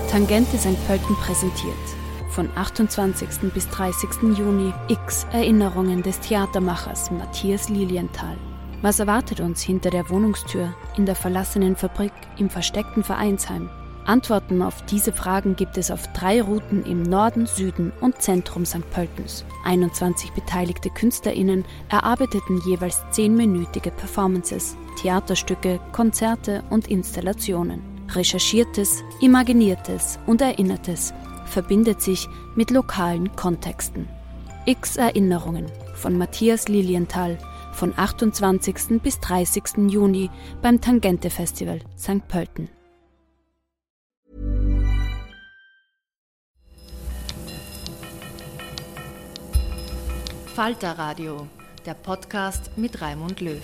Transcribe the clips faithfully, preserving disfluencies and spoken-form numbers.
Tangente Sankt Pölten präsentiert. Von achtundzwanzigsten bis dreißigsten Juni X Erinnerungen des Theatermachers Matthias Lilienthal. Was erwartet uns hinter der Wohnungstür, in der verlassenen Fabrik, im versteckten Vereinsheim? Antworten auf diese Fragen gibt es auf drei Routen im Norden, Süden und Zentrum Sankt Pöltens. einundzwanzig beteiligte KünstlerInnen erarbeiteten jeweils zehnminütige Performances, Theaterstücke, Konzerte und Installationen. Recherchiertes, Imaginiertes und Erinnertes verbindet sich mit lokalen Kontexten. X Erinnerungen von Matthias Lilienthal von achtundzwanzigsten bis dreißigsten Juni beim Tangente Festival Sankt Pölten. Falter Radio, der Podcast mit Raimund Löw.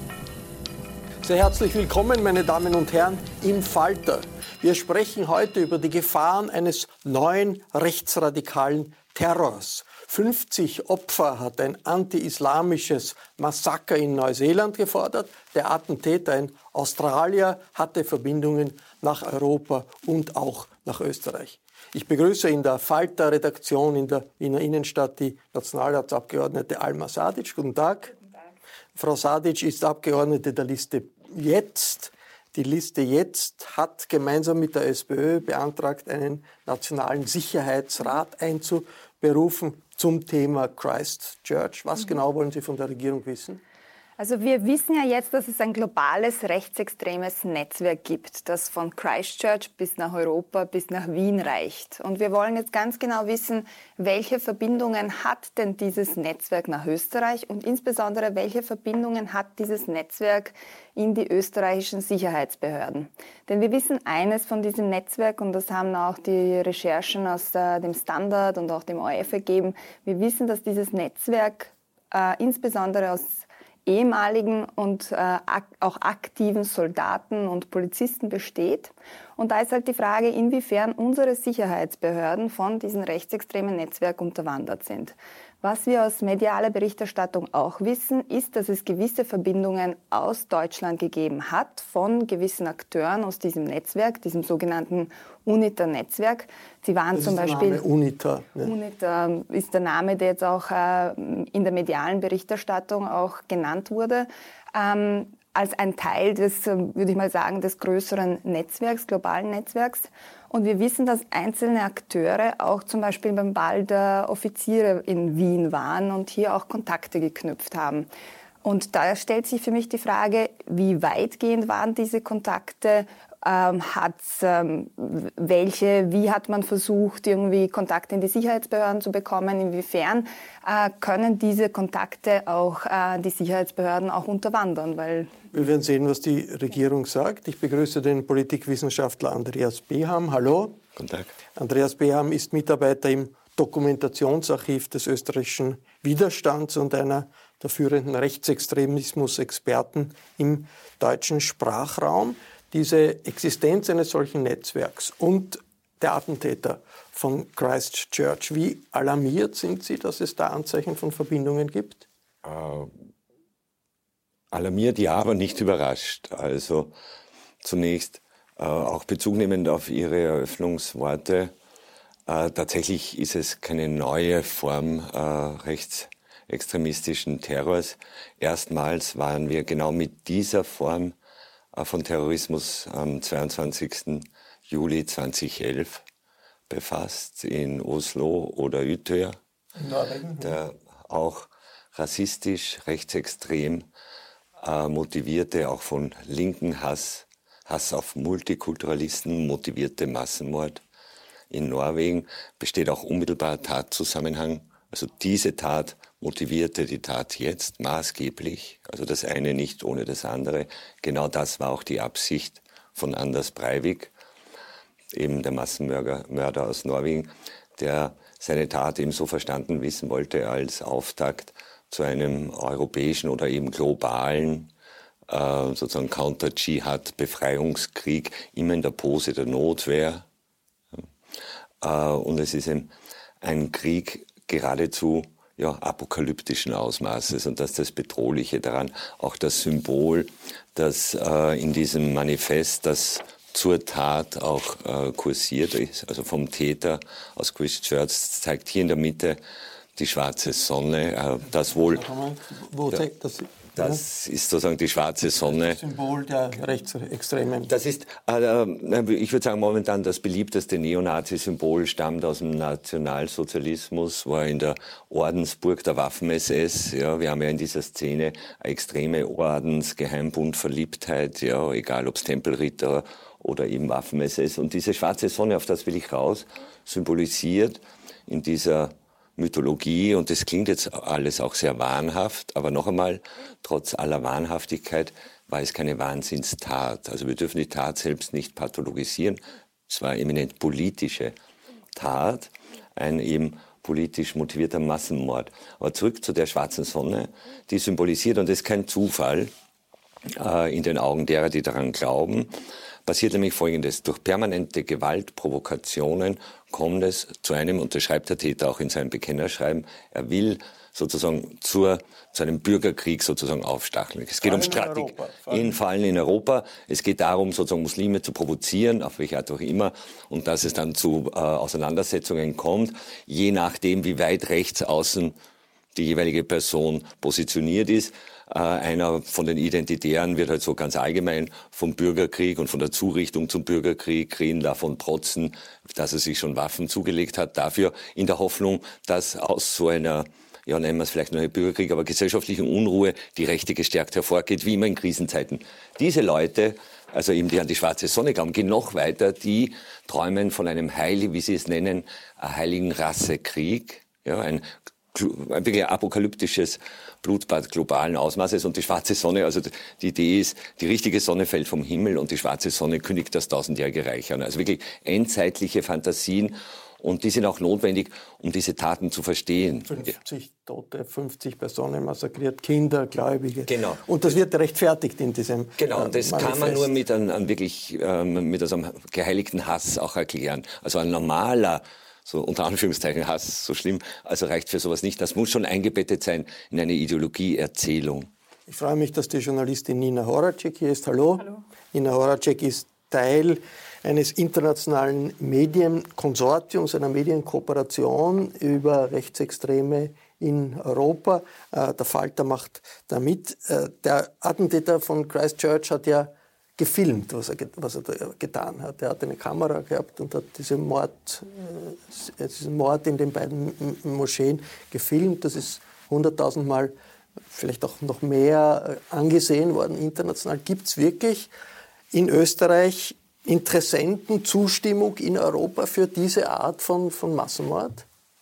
Sehr herzlich willkommen, meine Damen und Herren, im Falter. Wir sprechen heute über die Gefahren eines neuen rechtsradikalen Terrors. fünfzig Opfer hat ein anti-islamisches Massaker in Neuseeland gefordert. Der Attentäter, ein Australier, hatte Verbindungen nach Europa und auch nach Österreich. Ich begrüße in der Falter-Redaktion in der Wiener Innenstadt die Nationalratsabgeordnete Alma Sadic. Guten Tag. Guten Tag. Frau Sadic ist Abgeordnete der Liste Jetzt. Die Liste Jetzt hat gemeinsam mit der SPÖ beantragt, einen nationalen Sicherheitsrat einzuberufen zum Thema Christchurch. Was mhm. genau wollen Sie von der Regierung wissen? Also wir wissen ja jetzt, dass es ein globales rechtsextremes Netzwerk gibt, das von Christchurch bis nach Europa, bis nach Wien reicht. Und wir wollen jetzt ganz genau wissen, welche Verbindungen hat denn dieses Netzwerk nach Österreich und insbesondere welche Verbindungen hat dieses Netzwerk in die österreichischen Sicherheitsbehörden. Denn wir wissen eines von diesem Netzwerk, und das haben auch die Recherchen aus der, dem Standard und auch dem O R F ergeben, wir wissen, dass dieses Netzwerk äh, insbesondere aus ehemaligen und äh, ak- auch aktiven Soldaten und Polizisten besteht. Und da ist halt die Frage, inwiefern unsere Sicherheitsbehörden von diesem rechtsextremen Netzwerk unterwandert sind. Was wir aus medialer Berichterstattung auch wissen, ist, dass es gewisse Verbindungen aus Deutschland gegeben hat von gewissen Akteuren aus diesem Netzwerk, diesem sogenannten UNITA-Netzwerk. Sie waren das zum ist Beispiel der Name UNITA. Ja. UNITA ist der Name, der jetzt auch äh, in der medialen Berichterstattung auch genannt wurde. Ähm, als ein Teil des, würde ich mal sagen, des größeren Netzwerks, globalen Netzwerks. Und wir wissen, dass einzelne Akteure auch zum Beispiel beim Ball der Offiziere in Wien waren und hier auch Kontakte geknüpft haben. Und da stellt sich für mich die Frage, wie weitgehend waren diese Kontakte? Ähm, hat ähm, welche, wie hat man versucht, irgendwie Kontakte in die Sicherheitsbehörden zu bekommen? Inwiefern äh, können diese Kontakte auch äh, die Sicherheitsbehörden auch unterwandern? Weil wir werden sehen, was die Regierung sagt. Ich begrüße den Politikwissenschaftler Andreas Beham. Hallo. Guten Tag. Andreas Beham ist Mitarbeiter im Dokumentationsarchiv des österreichischen Widerstands und einer der führenden Rechtsextremismus-Experten im deutschen Sprachraum. Diese Existenz eines solchen Netzwerks und der Attentäter von Christchurch, wie alarmiert sind Sie, dass es da Anzeichen von Verbindungen gibt? Äh, alarmiert ja, aber nicht überrascht. Also zunächst äh, auch bezugnehmend auf Ihre Eröffnungsworte. Äh, tatsächlich ist es keine neue Form äh, rechtsextremistischen Terrors. Erstmals waren wir genau mit dieser Form von Terrorismus am zweiundzwanzigsten Juli zweitausendelf befasst in Oslo oder Utøya, der auch rassistisch, rechtsextrem äh, motivierte, auch von linken Hass, Hass auf Multikulturalisten motivierte Massenmord in Norwegen, besteht auch unmittelbarer Tatzusammenhang. Also diese Tat motivierte die Tat jetzt maßgeblich, also das eine nicht ohne das andere. Genau das war auch die Absicht von Anders Breivik, eben der Massenmörder Mörder aus Norwegen, der seine Tat eben so verstanden wissen wollte als Auftakt zu einem europäischen oder eben globalen äh, sozusagen Counter-Dschihad-Befreiungskrieg, immer in der Pose der Notwehr. Äh, und es ist ein, ein Krieg geradezu ja, apokalyptischen Ausmaßes, und das ist das Bedrohliche daran, auch das Symbol, das äh, in diesem Manifest, das zur Tat auch äh, kursiert ist, also vom Täter aus Christchurch, zeigt hier in der Mitte die schwarze Sonne, äh, das wohl... Wo zeigt das? Das ist sozusagen die schwarze Sonne. Das Symbol der Rechtsextremen. Das ist, äh, ich würde sagen, momentan das beliebteste Neonazi-Symbol stammt aus dem Nationalsozialismus, war in der Ordensburg der Waffen-S S. Ja, wir haben ja in dieser Szene eine extreme Ordens-Geheimbund-Verliebtheit, ja, egal ob es Tempelritter oder eben Waffen-S S. Und diese schwarze Sonne, auf das will ich raus, symbolisiert in dieser Mythologie, und das klingt jetzt alles auch sehr wahnhaft, aber noch einmal, trotz aller Wahnhaftigkeit war es keine Wahnsinnstat. Also wir dürfen die Tat selbst nicht pathologisieren. Es war eine eminent politische Tat, ein eben politisch motivierter Massenmord. Aber zurück zu der schwarzen Sonne, die symbolisiert, und das ist kein Zufall äh, in den Augen derer, die daran glauben, passiert nämlich Folgendes. Durch permanente Gewaltprovokationen kommt es zu einem, und das schreibt der Täter auch in seinem Bekennerschreiben, er will sozusagen zur, zu einem Bürgerkrieg sozusagen aufstacheln. Es geht um Strategie, in, vor allem in Europa. Es geht darum, sozusagen Muslime zu provozieren, auf welche Art auch immer, und dass es dann zu äh, Auseinandersetzungen kommt, je nachdem, wie weit rechts außen die jeweilige Person positioniert ist. Äh, einer von den Identitären wird halt so ganz allgemein vom Bürgerkrieg und von der Zurichtung zum Bürgerkrieg reden, davon protzen, dass er sich schon Waffen zugelegt hat, dafür in der Hoffnung, dass aus so einer, ja nennen wir es vielleicht nur einen Bürgerkrieg, aber gesellschaftlichen Unruhe die Rechte gestärkt hervorgeht, wie immer in Krisenzeiten. Diese Leute, also eben die an die schwarze Sonne glauben, gehen noch weiter, die träumen von einem heiligen, wie sie es nennen, einen heiligen Rassekrieg, ja, ein ein wirklich apokalyptisches Blutbad globalen Ausmaßes, und die schwarze Sonne, also die Idee ist, die richtige Sonne fällt vom Himmel und die schwarze Sonne kündigt das tausendjährige Reich an. Also wirklich endzeitliche Fantasien, und die sind auch notwendig, um diese Taten zu verstehen. fünfzig Tote, fünfzig Personen massakriert, Kinder, Gläubige. Genau. Und das wird rechtfertigt in diesem Genau, und das Manifest. kann man nur mit einem, einem wirklich ähm, mit einem geheiligten Hass auch erklären. Also ein normaler, so unter Anführungszeichen Hass, so schlimm, also reicht für sowas nicht. Das muss schon eingebettet sein in eine Ideologieerzählung. Ich freue mich, dass die Journalistin Nina Horacek hier ist. Hallo. Hallo. Nina Horacek ist Teil eines internationalen Medienkonsortiums, einer Medienkooperation über Rechtsextreme in Europa. Der Falter macht da mit. Der Attentäter von Christchurch hat ja gefilmt, was er, was er da getan hat. Er hat eine Kamera gehabt und hat diese Mord, äh, diesen Mord in den beiden Moscheen gefilmt. Das ist hunderttausend Mal, vielleicht auch noch mehr, angesehen worden international. Gibt es wirklich in Österreich Interessenten, Zustimmung in Europa für diese Art von, von Massenmord?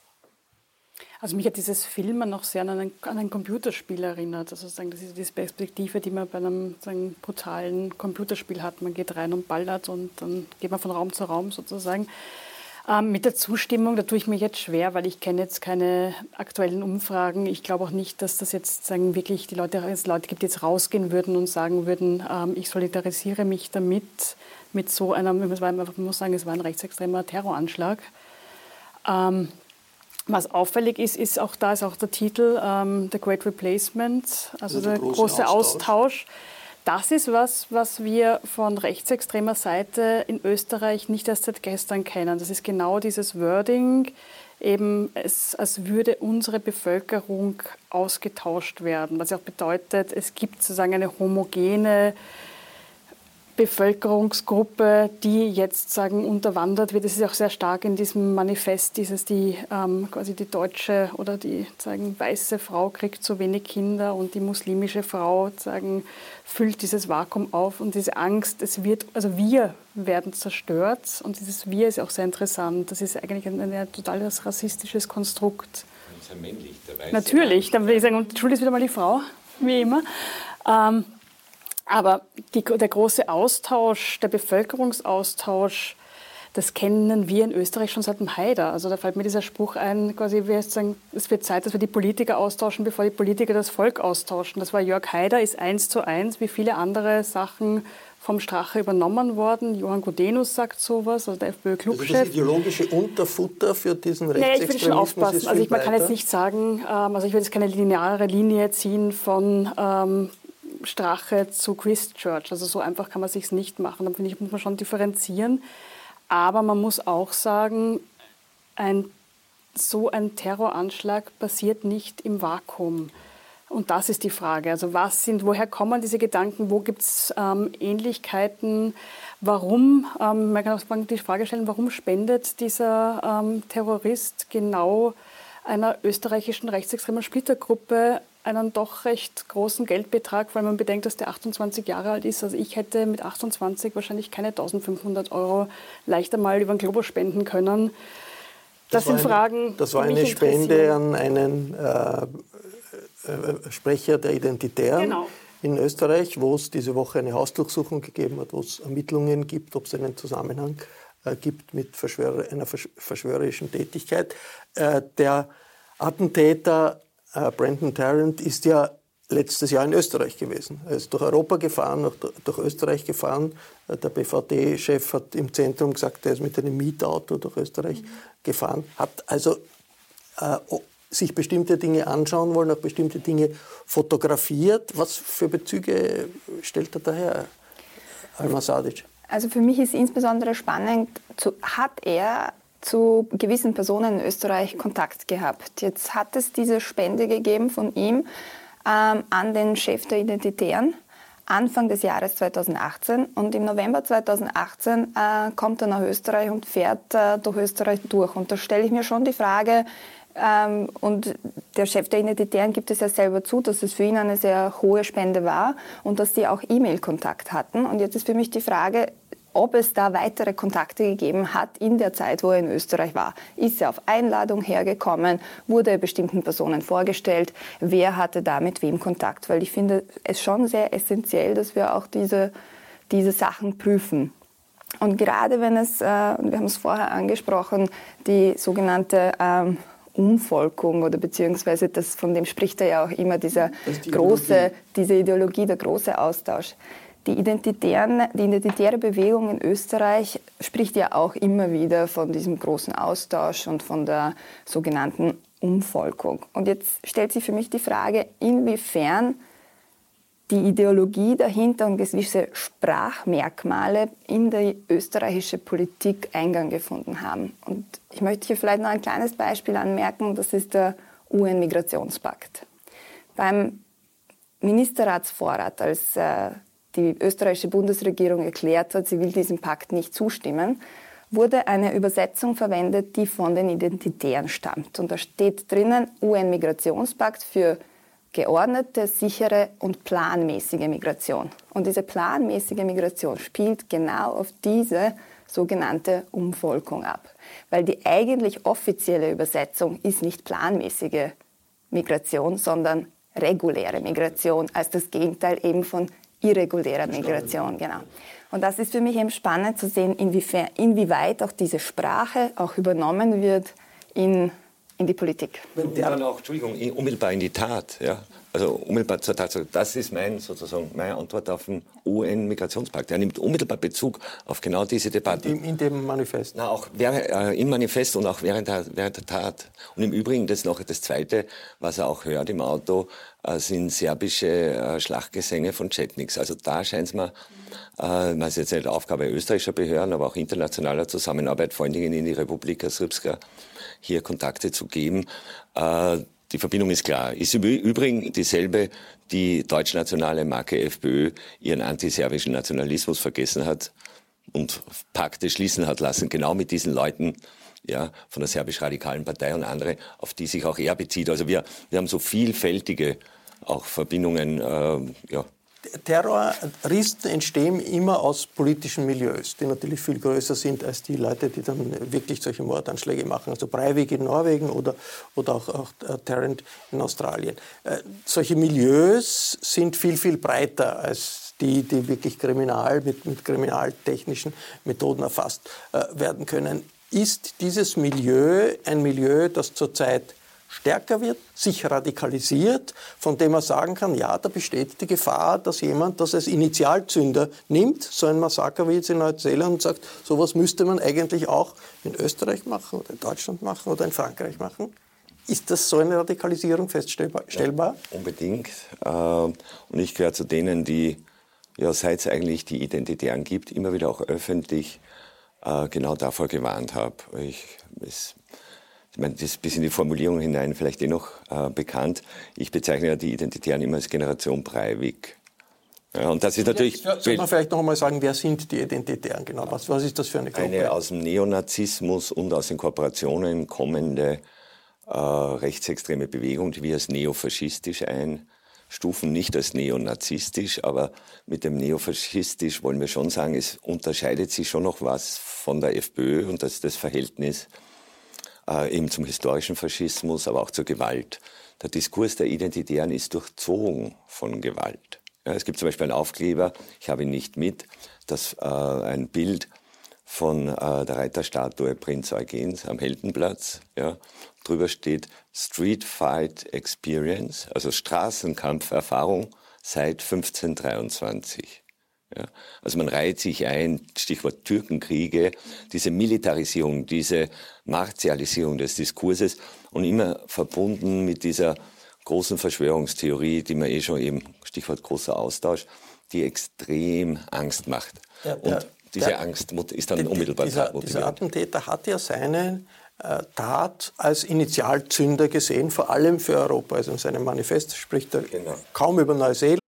Also mich hat dieses Filmen noch sehr an, einen, an ein Computerspiel erinnert. Also sozusagen, das ist diese Perspektive, die man bei einem sagen, brutalen Computerspiel hat. Man geht rein und ballert und dann geht man von Raum zu Raum sozusagen. Ähm, mit der Zustimmung, da tue ich mir jetzt schwer, weil ich kenne jetzt keine aktuellen Umfragen. Ich glaube auch nicht, dass das jetzt sagen, wirklich die Leute, es Leute gibt, die jetzt rausgehen würden und sagen würden, ähm, ich solidarisiere mich damit, mit so einem, man muss sagen, es war ein rechtsextremer Terroranschlag. Ähm, Was auffällig ist, ist auch da ist auch der Titel ähm, The Great Replacement, also, also der große, große Austausch. Austausch. Das ist was, was wir von rechtsextremer Seite in Österreich nicht erst seit gestern kennen. Das ist genau dieses Wording, eben es, als würde unsere Bevölkerung ausgetauscht werden. Was auch bedeutet, es gibt sozusagen eine homogene Bevölkerungsgruppe, die jetzt sagen unterwandert wird. Das ist auch sehr stark in diesem Manifest, dieses die ähm, quasi die deutsche oder die sagen weiße Frau kriegt zu wenig Kinder und die muslimische Frau sagen füllt dieses Vakuum auf, und diese Angst, es wird also wir werden zerstört, und dieses wir ist auch sehr interessant. Das ist eigentlich ein, ein totales rassistisches Konstrukt. Sehr männlich, der weiße Natürlich, dann würde ich sagen, und Schuld ist wieder mal die Frau, wie immer. Ähm, Aber die, der große Austausch, der Bevölkerungsaustausch, das kennen wir in Österreich schon seit dem Haider. Also da fällt mir dieser Spruch ein, quasi wir sagen, es wird Zeit, dass wir die Politiker austauschen, bevor die Politiker das Volk austauschen. Das war Jörg Haider, ist eins zu eins, wie viele andere Sachen vom Strache übernommen worden. Johann Gudenus sagt sowas, also der FPÖ-Clubchef. Also das ideologische Unterfutter für diesen Rechtsextremismus. Rechtsextremismus. Nee, ich würde schon aufpassen. Also ich, man kann weiter. jetzt nicht sagen, ähm, also ich würde jetzt keine lineare Linie ziehen von ähm, Strache zu Christchurch. Also so einfach kann man sich's nicht machen. Da finde ich, muss man schon differenzieren. Aber man muss auch sagen, ein, so ein Terroranschlag passiert nicht im Vakuum. Und das ist die Frage. Also was sind, woher kommen diese Gedanken? Wo gibt es ähm, Ähnlichkeiten? Warum, ähm, man kann auch die Frage stellen, warum spendet dieser ähm, Terrorist genau einer österreichischen rechtsextremen Splittergruppe einen doch recht großen Geldbetrag, weil man bedenkt, dass der achtundzwanzig Jahre alt ist. Also ich hätte mit achtundzwanzig wahrscheinlich keine eintausendfünfhundert Euro leichter mal über den Globus spenden können. Das, das sind eine, Fragen, Das war eine Spende an einen äh, Sprecher der Identitären genau. in Österreich, wo es diese Woche eine Hausdurchsuchung gegeben hat, wo es Ermittlungen gibt, ob es einen Zusammenhang äh, gibt mit Verschwörer, einer versch verschwörerischen Tätigkeit. Äh, der Attentäter äh, Brendan Tarrant ist ja letztes Jahr in Österreich gewesen. Er ist durch Europa gefahren, durch, durch Österreich gefahren. Äh, der B V D-Chef hat im Zentrum gesagt, er ist mit einem Mietauto durch Österreich mhm. gefahren, hat also äh, sich bestimmte Dinge anschauen wollen, auch bestimmte Dinge fotografiert. Was für Bezüge stellt er daher, Alma Sadic? Also für mich ist insbesondere spannend, zu, hat er zu gewissen Personen in Österreich Kontakt gehabt. Jetzt hat es diese Spende gegeben von ihm ähm, an den Chef der Identitären Anfang des Jahres zweitausendachtzehn. Und im November zweitausendachtzehn äh, kommt er nach Österreich und fährt äh, durch Österreich durch. Und da stelle ich mir schon die Frage, Ähm, und der Chef der Identitären gibt es ja selber zu, dass es für ihn eine sehr hohe Spende war und dass sie auch E-Mail-Kontakt hatten. Und jetzt ist für mich die Frage, ob es da weitere Kontakte gegeben hat in der Zeit, wo er in Österreich war. Ist er auf Einladung hergekommen? Wurde er bestimmten Personen vorgestellt? Wer hatte da mit wem Kontakt? Weil ich finde es schon sehr essentiell, dass wir auch diese, diese Sachen prüfen. Und gerade wenn es, äh, wir haben es vorher angesprochen, die sogenannte ähm, Umvolkung oder beziehungsweise das, von dem spricht er ja auch immer, dieser die große, diese Ideologie, der große Austausch. Die, Identitären, die identitäre Bewegung in Österreich spricht ja auch immer wieder von diesem großen Austausch und von der sogenannten Umvolkung. Und jetzt stellt sich für mich die Frage, inwiefern die Ideologie dahinter und gewisse Sprachmerkmale in die österreichische Politik Eingang gefunden haben. Und ich möchte hier vielleicht noch ein kleines Beispiel anmerken, das ist der U N-Migrationspakt. Beim Ministerratsvorrat, als äh, die österreichische Bundesregierung erklärt hat, sie will diesem Pakt nicht zustimmen, wurde eine Übersetzung verwendet, die von den Identitären stammt. Und da steht drinnen U N-Migrationspakt für geordnete, sichere und planmäßige Migration. Und diese planmäßige Migration spielt genau auf diese sogenannte Umvolkung ab. Weil die eigentlich offizielle Übersetzung ist nicht planmäßige Migration, sondern reguläre Migration, als das Gegenteil eben von irregulärer Migration. Genau. Und das ist für mich eben spannend zu sehen, inwiefern, inwieweit auch diese Sprache auch übernommen wird in in die Politik. Und dann auch, Entschuldigung, unmittelbar in die Tat. Ja? Also unmittelbar zur Tat. Das ist mein, sozusagen meine Antwort auf den U N-Migrationspakt. Er nimmt unmittelbar Bezug auf genau diese Debatte. In, in dem Manifest? Na, auch während, äh, im Manifest und auch während der, während der Tat. Und im Übrigen, das noch das Zweite, was er auch hört im Auto, äh, sind serbische äh, Schlachtgesänge von Chetniks. Also da scheint es mir, äh, das ist jetzt nicht Aufgabe österreichischer Behörden, aber auch internationaler Zusammenarbeit, vor allen Dingen in die Republika Srpska, hier Kontakte zu geben. Äh, die Verbindung ist klar. Ist im Übrigen dieselbe, die deutschnationale Marke FPÖ ihren antiserbischen Nationalismus vergessen hat und Pakte schließen hat lassen, genau mit diesen Leuten, ja, von der serbisch-radikalen Partei und andere, auf die sich auch er bezieht. Also wir, wir haben so vielfältige auch Verbindungen, äh, ja. Terroristen entstehen immer aus politischen Milieus, die natürlich viel größer sind als die Leute, die dann wirklich solche Mordanschläge machen. Also Breivik in Norwegen oder, oder auch, auch Tarrant in Australien. Äh, solche Milieus sind viel, viel breiter als die, die wirklich kriminal mit, mit kriminaltechnischen Methoden erfasst äh, werden können. Ist dieses Milieu ein Milieu, das zurzeit stärker wird, sich radikalisiert, von dem man sagen kann, ja, da besteht die Gefahr, dass jemand das als Initialzünder nimmt, so ein Massaker wie jetzt in Neuseeland, und sagt, sowas müsste man eigentlich auch in Österreich machen oder in Deutschland machen oder in Frankreich machen? Ist das so eine Radikalisierung feststellbar? Ja, unbedingt. Und ich gehöre zu denen, die, ja, seit es eigentlich die Identitären gibt, immer wieder auch öffentlich genau davor gewarnt habe. Ich, es, ich meine, das ist bis in die Formulierung hinein vielleicht eh noch äh, bekannt. Ich bezeichne ja die Identitären immer als Generation Breivik. Ja, und das ist natürlich... Ja, soll man vielleicht noch einmal sagen, wer sind die Identitären genau? Was, was ist das für eine Gruppe? Eine aus dem Neonazismus und aus den Kooperationen kommende äh, rechtsextreme Bewegung, die wir als neofaschistisch einstufen, nicht als neonazistisch, aber mit dem neofaschistisch wollen wir schon sagen, es unterscheidet sich schon noch was von der FPÖ und das ist das Verhältnis äh, eben zum historischen Faschismus, aber auch zur Gewalt. Der Diskurs der Identitären ist durchzogen von Gewalt. Ja, es gibt zum Beispiel einen Aufkleber, ich habe ihn nicht mit, das äh, ein Bild von äh, der Reiterstatue Prinz Eugens am Heldenplatz. Ja. Drüber steht Street Fight Experience, also Straßenkampferfahrung seit fünfzehnhundertdreiundzwanzig. Ja. Also man reiht sich ein, Stichwort Türkenkriege, diese Militarisierung, diese Martialisierung des Diskurses und immer verbunden mit dieser großen Verschwörungstheorie, die man eh schon eben, Stichwort großer Austausch, die extrem Angst macht. Ja, und ja, diese der, Angst ist dann die, unmittelbar dieser, tatmotivierend. dieser Attentäter hat ja seine äh, Tat als Initialzünder gesehen, vor allem für Europa. Also in seinem Manifest spricht er genau. kaum über Neuseeland.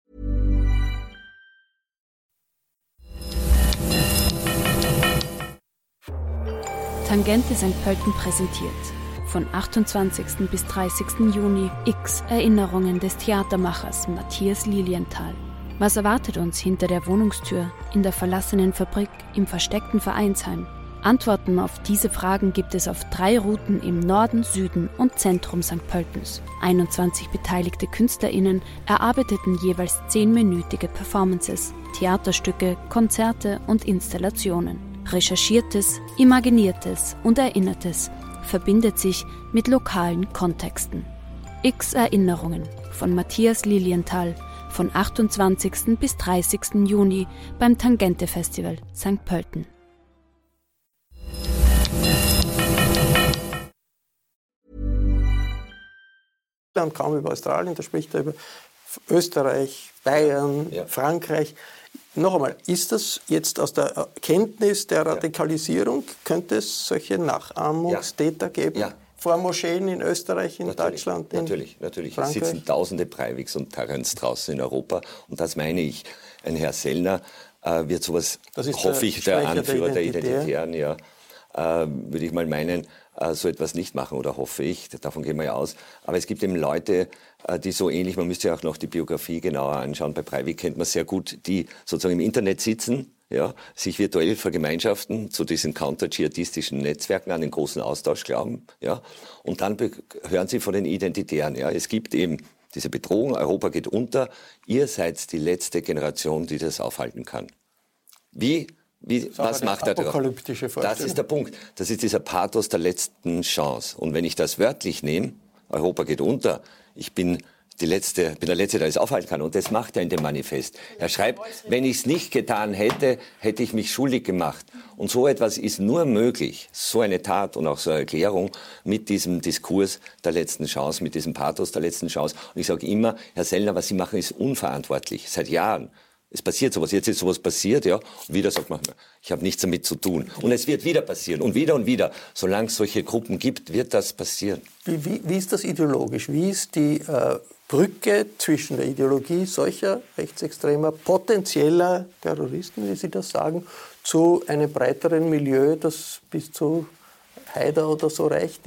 Tangente Sankt Pölten präsentiert. Von achtundzwanzigsten bis dreißigsten Juni X Erinnerungen des Theatermachers Matthias Lilienthal. Was erwartet uns hinter der Wohnungstür, in der verlassenen Fabrik, im versteckten Vereinsheim? Antworten auf diese Fragen gibt es auf drei Routen im Norden, Süden und Zentrum Sankt Pöltens. einundzwanzig beteiligte KünstlerInnen erarbeiteten jeweils zehnminütige Performances, Theaterstücke, Konzerte und Installationen. Recherchiertes, Imaginiertes und Erinnertes verbindet sich mit lokalen Kontexten. X Erinnerungen von Matthias Lilienthal von achtundzwanzigsten bis dreißigsten Juni beim Tangente Festival Sankt Pölten. Und kaum über Australien, da spricht er über Österreich, Bayern, ja. Frankreich. Noch einmal, ist das jetzt aus der Kenntnis der Radikalisierung, könnte es solche Nachahmungstäter ja. geben? Ja. Vor Moscheen in Österreich, in natürlich, Deutschland, in Natürlich, natürlich. Frankreich? Es sitzen tausende Breiviks und Tarrants draußen in Europa. Und das meine ich. Ein Herr Sellner äh, wird sowas, hoffe ich, der, der Anführer der Identitären, ja, äh, würde ich mal meinen, äh, so etwas nicht machen oder hoffe ich. Davon gehen wir ja aus. Aber es gibt eben Leute, äh, die so ähnlich, man müsste ja auch noch die Biografie genauer anschauen. Bei Breivik kennt man sehr gut, die sozusagen im Internet sitzen, ja, sich virtuell vergemeinschaften, zu diesen counter-dschihadistischen Netzwerken an den großen Austausch glauben, ja, und dann hören sie von den Identitären, ja, es gibt eben diese Bedrohung, Europa geht unter, ihr seid die letzte Generation, die das aufhalten kann. Wie, wie, was macht er drauf? Das ist der Punkt, das ist dieser Pathos der letzten Chance. Und wenn ich das wörtlich nehme, Europa geht unter, ich bin Die letzte, bin der Letzte, der es aufhalten kann. Und das macht er in dem Manifest. Er schreibt, wenn ich es nicht getan hätte, hätte ich mich schuldig gemacht. Und so etwas ist nur möglich, so eine Tat und auch so eine Erklärung mit diesem Diskurs der letzten Chance, mit diesem Pathos der letzten Chance. Und ich sage immer, Herr Sellner, was Sie machen, ist unverantwortlich. Seit Jahren. Es passiert sowas. Jetzt ist sowas passiert, ja. Und wieder sagt man, ich habe nichts damit zu tun. Und es wird wieder passieren. Und wieder und wieder. Solange es solche Gruppen gibt, wird das passieren. Wie, wie, wie ist das ideologisch? Wie ist die äh, Brücke zwischen der Ideologie solcher rechtsextremer, potenzieller Terroristen, wie Sie das sagen, zu einem breiteren Milieu, das bis zu Haider oder so reicht?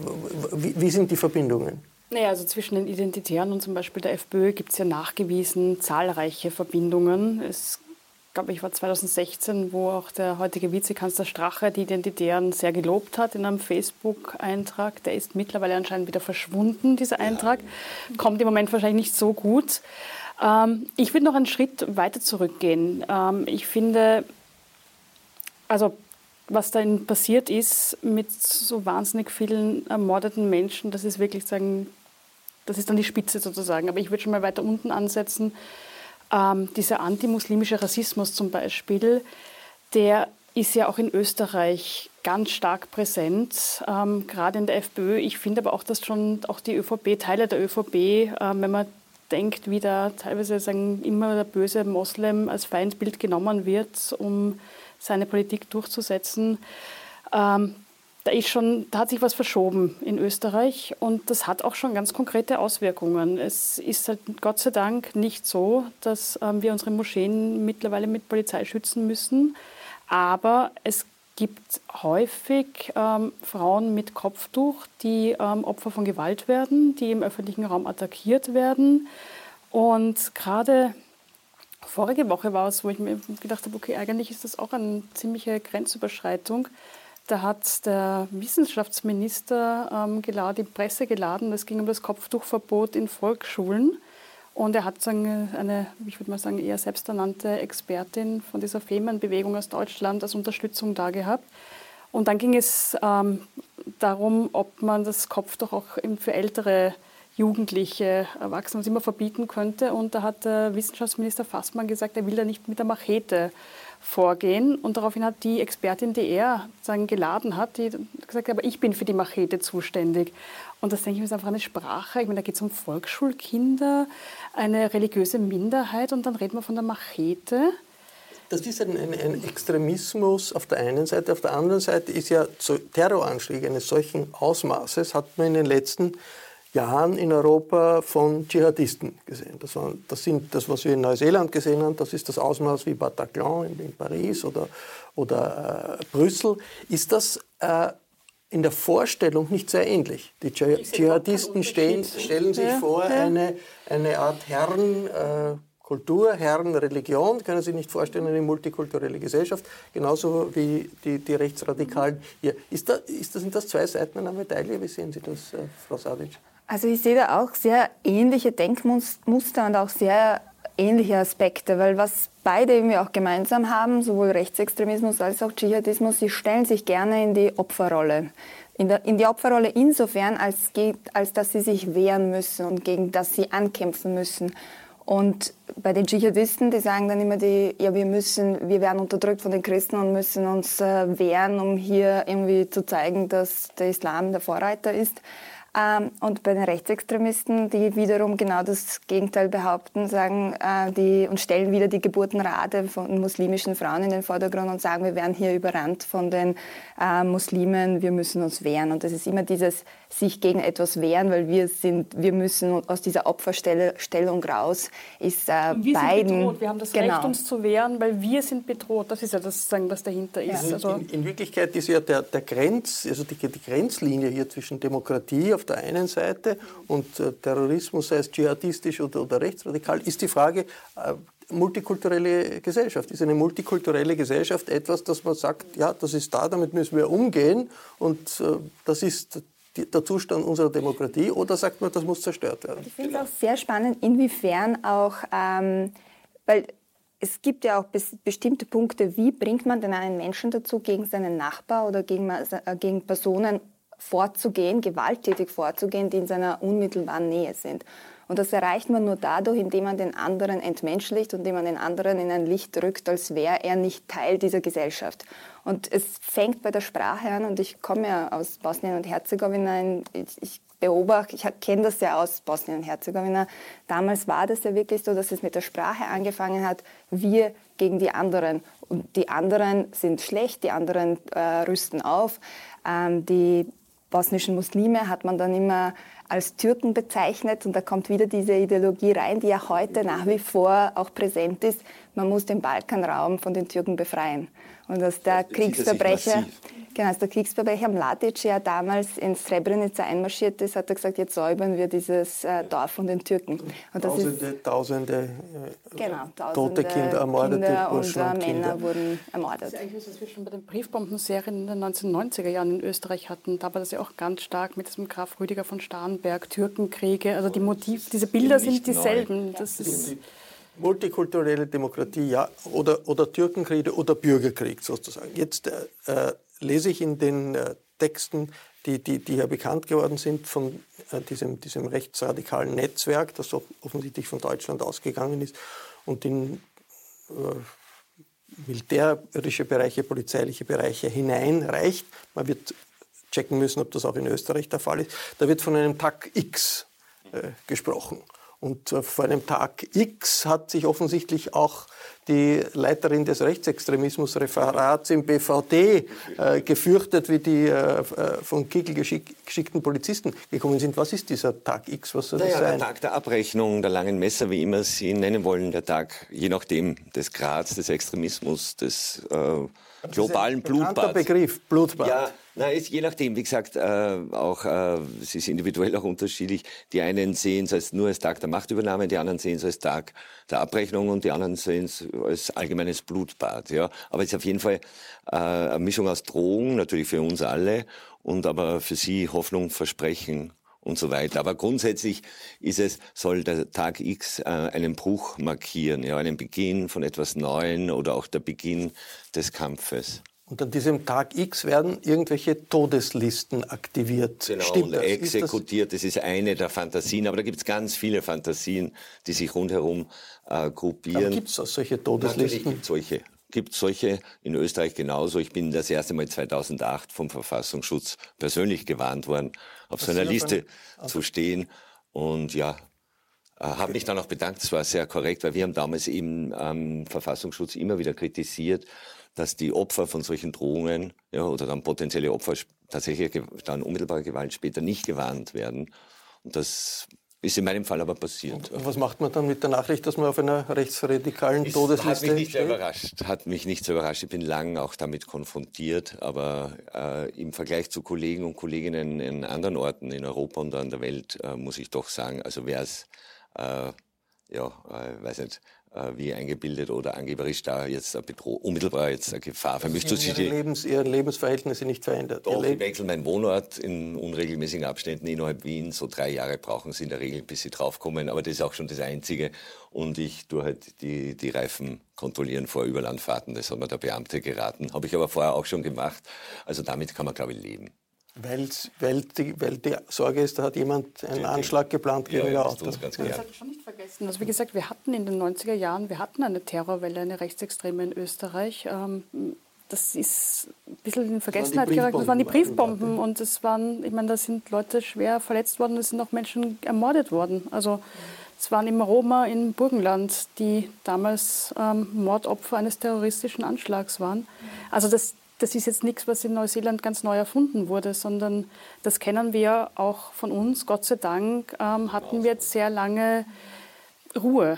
Wie, wie sind die Verbindungen? Naja, also zwischen den Identitären und zum Beispiel der FPÖ gibt es ja nachgewiesen zahlreiche Verbindungen. Es, glaube ich, war zweitausendsechzehn, wo auch der heutige Vizekanzler Strache die Identitären sehr gelobt hat in einem Facebook-Eintrag. Der ist mittlerweile anscheinend wieder verschwunden, dieser Eintrag. Kommt im Moment wahrscheinlich nicht so gut. Ähm, ich würde noch einen Schritt weiter zurückgehen. Ähm, ich finde, also was da passiert ist mit so wahnsinnig vielen ermordeten Menschen, das ist wirklich sagen, das ist dann die Spitze sozusagen. Aber ich würde schon mal weiter unten ansetzen. Ähm, dieser antimuslimische Rassismus zum Beispiel, der ist ja auch in Österreich ganz stark präsent, ähm, gerade in der FPÖ. Ich finde aber auch, dass schon auch die ÖVP, Teile der ÖVP, äh, wenn man denkt, wie da teilweise sagen, immer der böse Moslem als Feindbild genommen wird, um seine Politik durchzusetzen. Ähm, da, ist schon, da hat sich was verschoben in Österreich und das hat auch schon ganz konkrete Auswirkungen. Es ist halt Gott sei Dank nicht so, dass ähm, wir unsere Moscheen mittlerweile mit Polizei schützen müssen, aber es gibt häufig ähm, Frauen mit Kopftuch, die ähm, Opfer von Gewalt werden, die im öffentlichen Raum attackiert werden. Und gerade vorige Woche war es, wo ich mir gedacht habe, okay, eigentlich ist das auch eine ziemliche Grenzüberschreitung. Da hat der Wissenschaftsminister ähm, geladen, die Presse geladen, es ging um das Kopftuchverbot in Volksschulen. Und er hat eine, ich würde mal sagen, eher selbsternannte Expertin von dieser Femenbewegung aus Deutschland als Unterstützung da gehabt. Und dann ging es ähm, darum, ob man das Kopftuch auch für ältere Jugendliche, Erwachsene immer verbieten könnte. Und da hat der Wissenschaftsminister Fassmann gesagt, er will da nicht mit der Machete vorgehen. Und daraufhin hat die Expertin, die er sagen, geladen hat, die gesagt, aber ich bin für die Machete zuständig. Und das, denke ich mir, ist einfach eine Sprache. Ich meine, da geht es um Volksschulkinder, eine religiöse Minderheit und dann reden wir von der Machete. Das ist ein, ein, ein Extremismus auf der einen Seite. Auf der anderen Seite ist ja so Terroranschläge eines solchen Ausmaßes, hat man in den letzten Jahren in Europa von Dschihadisten gesehen. Das, war, das sind das, was wir in Neuseeland gesehen haben, das ist das Ausmaß wie Bataclan in, in Paris oder, oder äh, Brüssel. Ist das äh, in der Vorstellung nicht sehr ähnlich? Die Dschihadisten stehen, stellen sich ja, vor, ja. Eine, eine Art Herrenkultur, äh, Herrenreligion, können Sie nicht vorstellen, eine multikulturelle Gesellschaft, genauso wie die, die Rechtsradikalen hier. Ist da, ist das, sind das zwei Seiten einer Medaille? Wie sehen Sie das, äh, Frau Sadic? Also ich sehe da auch sehr ähnliche Denkmuster und auch sehr ähnliche Aspekte, weil was beide irgendwie auch gemeinsam haben, sowohl Rechtsextremismus als auch Dschihadismus, sie stellen sich gerne in die Opferrolle. In, der, in die Opferrolle insofern, als, als dass sie sich wehren müssen und gegen das sie ankämpfen müssen. Und bei den Dschihadisten, die sagen dann immer, die, ja, wir müssen, wir werden unterdrückt von den Christen und müssen uns äh, wehren, um hier irgendwie zu zeigen, dass der Islam der Vorreiter ist. Ähm, und bei den Rechtsextremisten, die wiederum genau das Gegenteil behaupten, sagen äh, die und stellen wieder die Geburtenrate von muslimischen Frauen in den Vordergrund und sagen, wir werden hier überrannt von den äh, Muslimen, wir müssen uns wehren. Und das ist immer dieses sich gegen etwas wehren, weil wir sind, wir müssen aus dieser Opferstellung raus, ist äh, und wir beiden. Sind bedroht. Wir haben das genau. Recht, uns zu wehren, weil wir sind bedroht. Das ist ja das, was dahinter ist. Ja. Also in, in Wirklichkeit ist ja der, der Grenz, also die, die Grenzlinie hier zwischen Demokratie auf der einen Seite und äh, Terrorismus, sei es dschihadistisch oder, oder rechtsradikal, ist die Frage, äh, multikulturelle Gesellschaft. Ist eine multikulturelle Gesellschaft etwas, dass man sagt, ja, das ist da, damit müssen wir umgehen und äh, das ist die, der Zustand unserer Demokratie, oder sagt man, das muss zerstört werden? Ich finde es auch sehr spannend, inwiefern auch, ähm, weil es gibt ja auch bes- bestimmte Punkte, wie bringt man denn einen Menschen dazu, gegen seinen Nachbar oder gegen, äh, gegen Personen vorzugehen, gewalttätig vorzugehen, die in seiner unmittelbaren Nähe sind. Und das erreicht man nur dadurch, indem man den anderen entmenschlicht und indem man den anderen in ein Licht rückt, als wäre er nicht Teil dieser Gesellschaft. Und es fängt bei der Sprache an, und ich komme ja aus Bosnien und Herzegowina, ich beobachte, ich kenne das ja aus Bosnien und Herzegowina. Damals war das ja wirklich so, dass es mit der Sprache angefangen hat, wir gegen die anderen. Und die anderen sind schlecht, die anderen äh, rüsten auf. Ähm, die bosnischen Muslime hat man dann immer als Türken bezeichnet, und da kommt wieder diese Ideologie rein, die ja heute nach wie vor auch präsent ist. Man muss den Balkanraum von den Türken befreien. Und als der Kriegsverbrecher, genau, als der Kriegsverbrecher Mladic ja damals in Srebrenica einmarschiert ist, hat er gesagt, jetzt säubern wir dieses äh, Dorf von den Türken. Und das tausende, ist, tausende, äh, genau, tausende tote Kinder, ermordete Kinder Burschen und, und äh, Kinder. Männer wurden ermordet. Das ist eigentlich das, was wir schon bei den Briefbombenserien in den neunzehnhundertneunziger Jahren in Österreich hatten. Da war das ja auch ganz stark mit diesem Graf Rüdiger von Starnberg, Türkenkriege. Also die Motiv, diese Bilder sind dieselben. Das ist multikulturelle Demokratie, ja, oder, oder Türkenkrieg oder Bürgerkrieg sozusagen. Jetzt äh, lese ich in den äh, Texten, die, die, die ja bekannt geworden sind von äh, diesem, diesem rechtsradikalen Netzwerk, das offensichtlich von Deutschland ausgegangen ist und in äh, militärische Bereiche, polizeiliche Bereiche hineinreicht. Man wird checken müssen, ob das auch in Österreich der Fall ist. Da wird von einem Tag X äh, gesprochen. Und äh, vor einem Tag X hat sich offensichtlich auch die Leiterin des Rechtsextremismusreferats im B V D äh, gefürchtet, wie die äh, von Kickl geschick, geschickten Polizisten gekommen sind. Was ist dieser Tag X? Was soll das naja, sein? Der Tag der Abrechnung, der langen Messer, wie immer Sie ihn nennen wollen. Der Tag, je nachdem, des Grads des Extremismus, des äh, globalen Blutbads. Begriff, Blutbad. Ja, na, ist je nachdem, wie gesagt, äh, auch, äh, es ist individuell auch unterschiedlich. Die einen sehen es als, nur als Tag der Machtübernahme, die anderen sehen es als Tag der Abrechnung und die anderen sehen es als allgemeines Blutbad. Ja. Aber es ist auf jeden Fall äh, eine Mischung aus Drohung, natürlich für uns alle, und aber für sie Hoffnung, Versprechen und so weiter. Aber grundsätzlich ist es, soll der Tag X äh, einen Bruch markieren, ja, einen Beginn von etwas Neuem oder auch der Beginn des Kampfes. Und an diesem Tag X werden irgendwelche Todeslisten aktiviert. Genau, Stimmt und das? exekutiert. Das? das ist eine der Fantasien. Aber da gibt es ganz viele Fantasien, die sich rundherum äh, gruppieren. Gibt es solche Todeslisten? Natürlich gibt es solche. Gibt solche in Österreich genauso. Ich bin das erste Mal zweitausendacht vom Verfassungsschutz persönlich gewarnt worden, auf so einer Liste zu stehen. Und ja, äh, habe mich dann auch bedankt. Es war sehr korrekt, weil wir haben damals eben am ähm, Verfassungsschutz immer wieder kritisiert, dass die Opfer von solchen Drohungen, ja, oder dann potenzielle Opfer tatsächlich dann unmittelbare Gewalt später nicht gewarnt werden. Und das ist in meinem Fall aber passiert. Und was macht man dann mit der Nachricht, dass man auf einer rechtsradikalen ist, Todesliste hat mich nicht steht? so überrascht. Hat mich nicht so überrascht. Ich bin lang auch damit konfrontiert, aber äh, im Vergleich zu Kollegen und Kolleginnen in anderen Orten in Europa und an der Welt äh, muss ich doch sagen, also wer es, äh, ja, äh, weiß nicht, wie eingebildet oder angeberisch da jetzt eine Bedrohung, unmittelbar jetzt eine Gefahr für mich zu Ihre Lebens, Ihre Lebensverhältnisse nicht verändert? Doch, ich wechsle meinen Wohnort in unregelmäßigen Abständen innerhalb Wiens. So drei Jahre brauchen sie in der Regel, bis sie draufkommen. Aber das ist auch schon das Einzige. Und ich tue halt die, die Reifen kontrollieren vor Überlandfahrten. Das hat mir der Beamte geraten. Habe ich aber vorher auch schon gemacht. Also damit kann man, glaube ich, leben. Weil, weil, die, weil die Sorge ist, da hat jemand einen Anschlag geplant gegen ja, Auto. Das ganz das darf man schon nicht vergessen. Also wie gesagt, wir hatten in den neunziger Jahren, wir hatten eine Terrorwelle, eine rechtsextreme in Österreich. Das ist ein bisschen in Vergessenheit geraten. Das waren die Briefbomben und es waren, ich meine, da sind Leute schwer verletzt worden, es sind auch Menschen ermordet worden. Also es waren immer Roma im Burgenland, die damals ähm, Mordopfer eines terroristischen Anschlags waren. Also das Das ist jetzt nichts, was in Neuseeland ganz neu erfunden wurde, sondern das kennen wir auch von uns. Gott sei Dank ähm, hatten wir jetzt sehr lange Ruhe.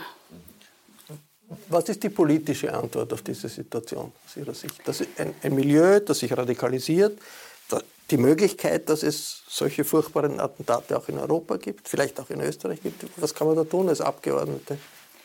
Was ist die politische Antwort auf diese Situation aus Ihrer Sicht? Das ist ein, ein Milieu, das sich radikalisiert, da, die Möglichkeit, dass es solche furchtbaren Attentate auch in Europa gibt, vielleicht auch in Österreich gibt. Was kann man da tun als Abgeordnete?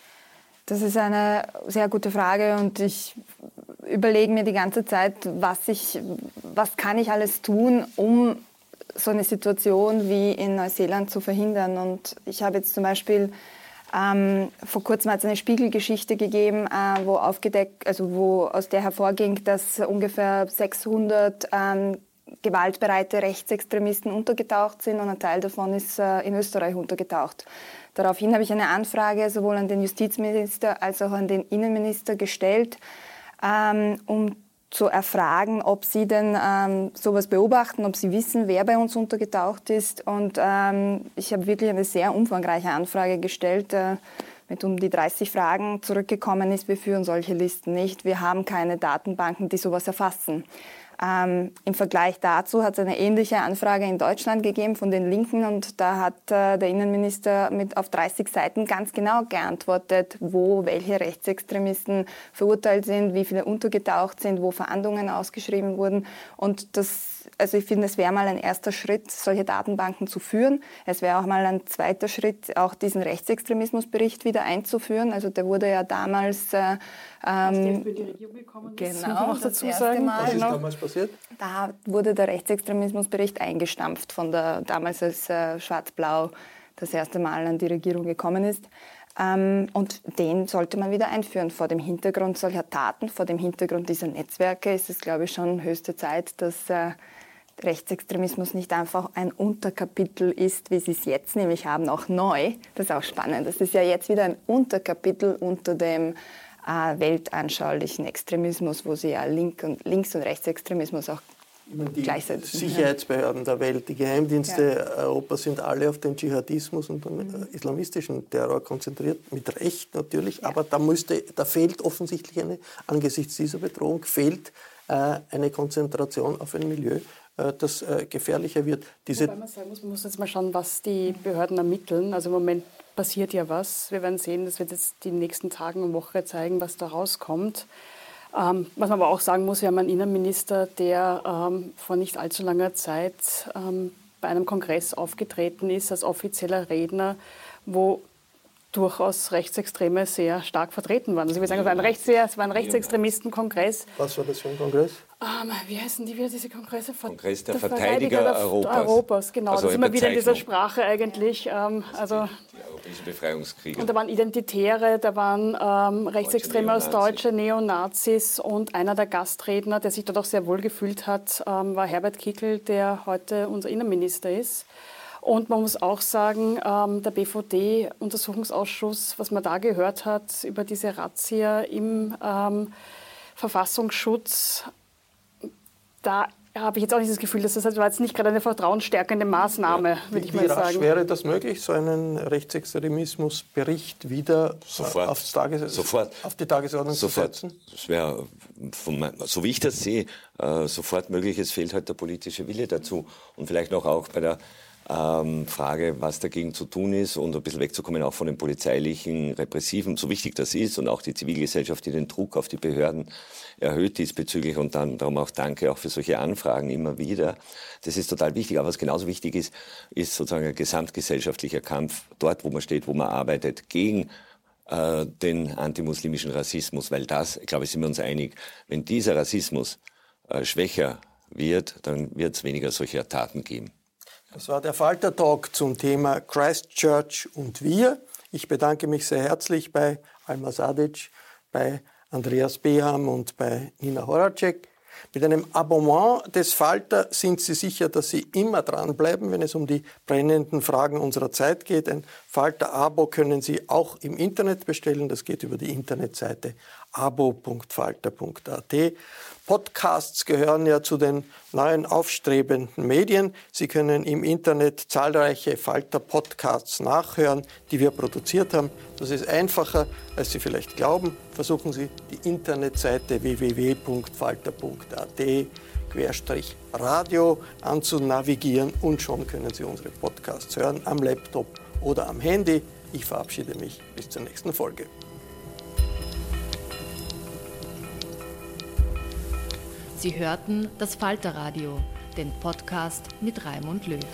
Das ist eine sehr gute Frage und ich überlege mir die ganze Zeit, was, ich, was kann ich alles tun, um so eine Situation wie in Neuseeland zu verhindern. Und ich habe jetzt zum Beispiel, ähm, vor kurzem hat es eine Spiegelgeschichte gegeben, äh, wo, aufgedeckt, also wo aus der hervorging, dass ungefähr sechshundert ähm, gewaltbereite Rechtsextremisten untergetaucht sind und ein Teil davon ist äh, in Österreich untergetaucht. Daraufhin habe ich eine Anfrage sowohl an den Justizminister als auch an den Innenminister gestellt, ähm, um zu erfragen, ob sie denn ähm, sowas beobachten, ob sie wissen, wer bei uns untergetaucht ist. Und ähm, ich habe wirklich eine sehr umfangreiche Anfrage gestellt, äh, mit um die dreißig Fragen. Zurückgekommen ist, wir führen solche Listen nicht. Wir haben keine Datenbanken, die sowas erfassen. Ähm, Im Vergleich dazu hat es eine ähnliche Anfrage in Deutschland gegeben von den Linken und da hat äh, der Innenminister mit auf dreißig Seiten ganz genau geantwortet, wo welche Rechtsextremisten verurteilt sind, wie viele untergetaucht sind, wo Verhandlungen ausgeschrieben wurden. Und das, also ich finde, es wäre mal ein erster Schritt, solche Datenbanken zu führen. Es wäre auch mal ein zweiter Schritt, auch diesen Rechtsextremismusbericht wieder einzuführen. Also der wurde ja damals äh, ähm, die Regierung gekommen ist, genau, muss das dazu erste sagen. Mal. Was ist Genau. damals passiert? Da wurde der Rechtsextremismusbericht eingestampft, von der damals als äh, Schwarz-Blau das erste Mal an die Regierung gekommen ist. Ähm, und den sollte man wieder einführen. Vor dem Hintergrund solcher Taten, vor dem Hintergrund dieser Netzwerke ist es, glaube ich, schon höchste Zeit, dass äh, Rechtsextremismus nicht einfach ein Unterkapitel ist, wie sie es jetzt nämlich haben, auch neu. Das ist auch spannend. Das ist ja jetzt wieder ein Unterkapitel unter dem äh, weltanschaulichen Extremismus, wo sie ja Link- und, Links- und Rechtsextremismus auch die gleichsetzen. Sicherheitsbehörden der Welt, die Geheimdienste ja. Europas sind alle auf den Dschihadismus und den mhm. islamistischen Terror konzentriert, mit Recht natürlich, ja. aber da, müsste, da fehlt offensichtlich eine, angesichts dieser Bedrohung, fehlt äh, eine Konzentration auf ein Milieu, äh, das äh, gefährlicher wird. Diese Wobei man sagen muss, man muss jetzt mal schauen, was die Behörden ermitteln. Also im Moment passiert ja was. Wir werden sehen, das wird jetzt die nächsten Tage und Woche zeigen, was da rauskommt. Ähm, was man aber auch sagen muss, wir haben einen Innenminister, der ähm, vor nicht allzu langer Zeit ähm, bei einem Kongress aufgetreten ist als offizieller Redner, wo durchaus Rechtsextreme sehr stark vertreten waren. Also ich würde sagen, es war ein, Rechts- es war ein Rechtsextremistenkongress. Was war das für ein Kongress? Ähm, wie heißen die wieder, diese Kongresse? Kongress der, der Verteidiger, Verteidiger Europas. Europas. Genau, also das ist immer wieder in dieser Sprache eigentlich. Ähm, also die europäischen Befreiungskriege. Und da waren Identitäre, da waren ähm, Rechtsextreme aus Deutsche, Neonazis und einer der Gastredner, der sich dort auch sehr wohl gefühlt hat, ähm, war Herbert Kickl, der heute unser Innenminister ist. Und man muss auch sagen, ähm, der B V D-Untersuchungsausschuss, was man da gehört hat über diese Razzia im ähm, Verfassungsschutz, da habe ich jetzt auch nicht das Gefühl, dass das war jetzt nicht gerade eine vertrauensstärkende Maßnahme, ja, würde ich mal sagen. Wie rasch wäre das möglich, so einen Rechtsextremismusbericht wieder sofort, aufs Tages- sofort, auf die Tagesordnung sofort. zu setzen? Das wäre, so wie ich das sehe, äh, sofort möglich. Es fehlt halt der politische Wille dazu. Und vielleicht noch auch bei der Ähm, Frage, was dagegen zu tun ist und ein bisschen wegzukommen auch von den polizeilichen Repressiven, so wichtig das ist und auch die Zivilgesellschaft, die den Druck auf die Behörden erhöht diesbezüglich und dann darum auch danke auch für solche Anfragen immer wieder. Das ist total wichtig, aber was genauso wichtig ist, ist sozusagen ein gesamtgesellschaftlicher Kampf dort, wo man steht, wo man arbeitet, gegen äh, den antimuslimischen Rassismus, weil das, glaube ich, sind wir uns einig, wenn dieser Rassismus äh, schwächer wird, dann wird es weniger solcher Taten geben. Das war der Falter-Talk zum Thema Christchurch und wir. Ich bedanke mich sehr herzlich bei Alma Sadic, bei Andreas Beham und bei Nina Horacek. Mit einem Abonnement des Falter sind Sie sicher, dass Sie immer dranbleiben, wenn es um die brennenden Fragen unserer Zeit geht. Ein Falter-Abo können Sie auch im Internet bestellen. Das geht über die Internetseite abo punkt falter punkt a t. Podcasts gehören ja zu den neuen aufstrebenden Medien. Sie können im Internet zahlreiche Falter-Podcasts nachhören, die wir produziert haben. Das ist einfacher, als Sie vielleicht glauben. Versuchen Sie die Internetseite w w w punkt falter punkt a t Querstrich Radio anzunavigieren und schon können Sie unsere Podcasts hören am Laptop oder am Handy. Ich verabschiede mich bis zur nächsten Folge. Sie hörten das Falter-Radio, den Podcast mit Raimund Löw.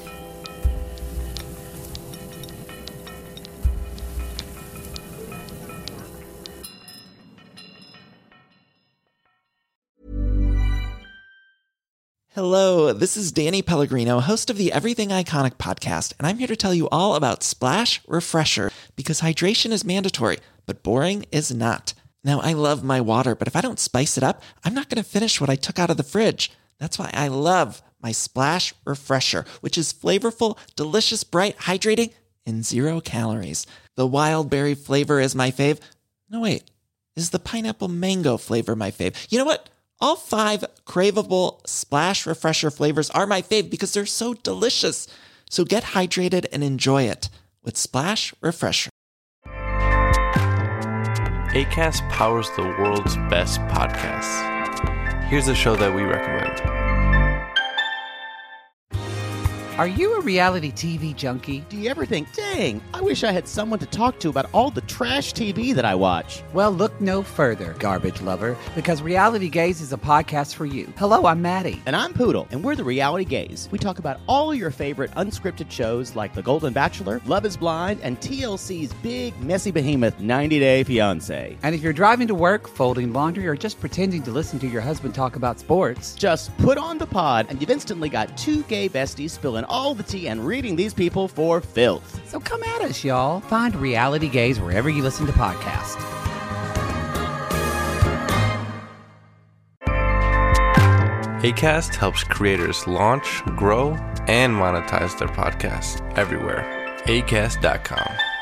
Hello, this is Danny Pellegrino, host of the Everything Iconic podcast, and I'm here to tell you all about Splash Refresher, because hydration is mandatory, but boring is not. Now, I love my water, but if I don't spice it up, I'm not going to finish what I took out of the fridge. That's why I love my Splash Refresher, which is flavorful, delicious, bright, hydrating, and zero calories. The wild berry flavor is my fave. No, wait. Is the pineapple mango flavor my fave? You know what? All five craveable Splash Refresher flavors are my fave because they're so delicious. So get hydrated and enjoy it with Splash Refresher. Acast powers the world's best podcasts. Here's a show that we recommend. Are you a reality T V junkie? Do you ever think, dang, I wish I had someone to talk to about all the trash T V that I watch? Well, look no further, garbage lover, because Reality Gaze is a podcast for you. Hello, I'm Maddie. And I'm Poodle, and we're the Reality Gaze. We talk about all your favorite unscripted shows like The Golden Bachelor, Love is Blind, and T L C's big, messy behemoth, ninety day fiancé. And if you're driving to work, folding laundry, or just pretending to listen to your husband talk about sports, just put on the pod, and you've instantly got two gay besties spilling all the tea and reading these people for filth. So come at us, y'all. Find Reality Gaze wherever you listen to podcasts. Acast helps creators launch, grow, and monetize their podcasts everywhere. acast dot com.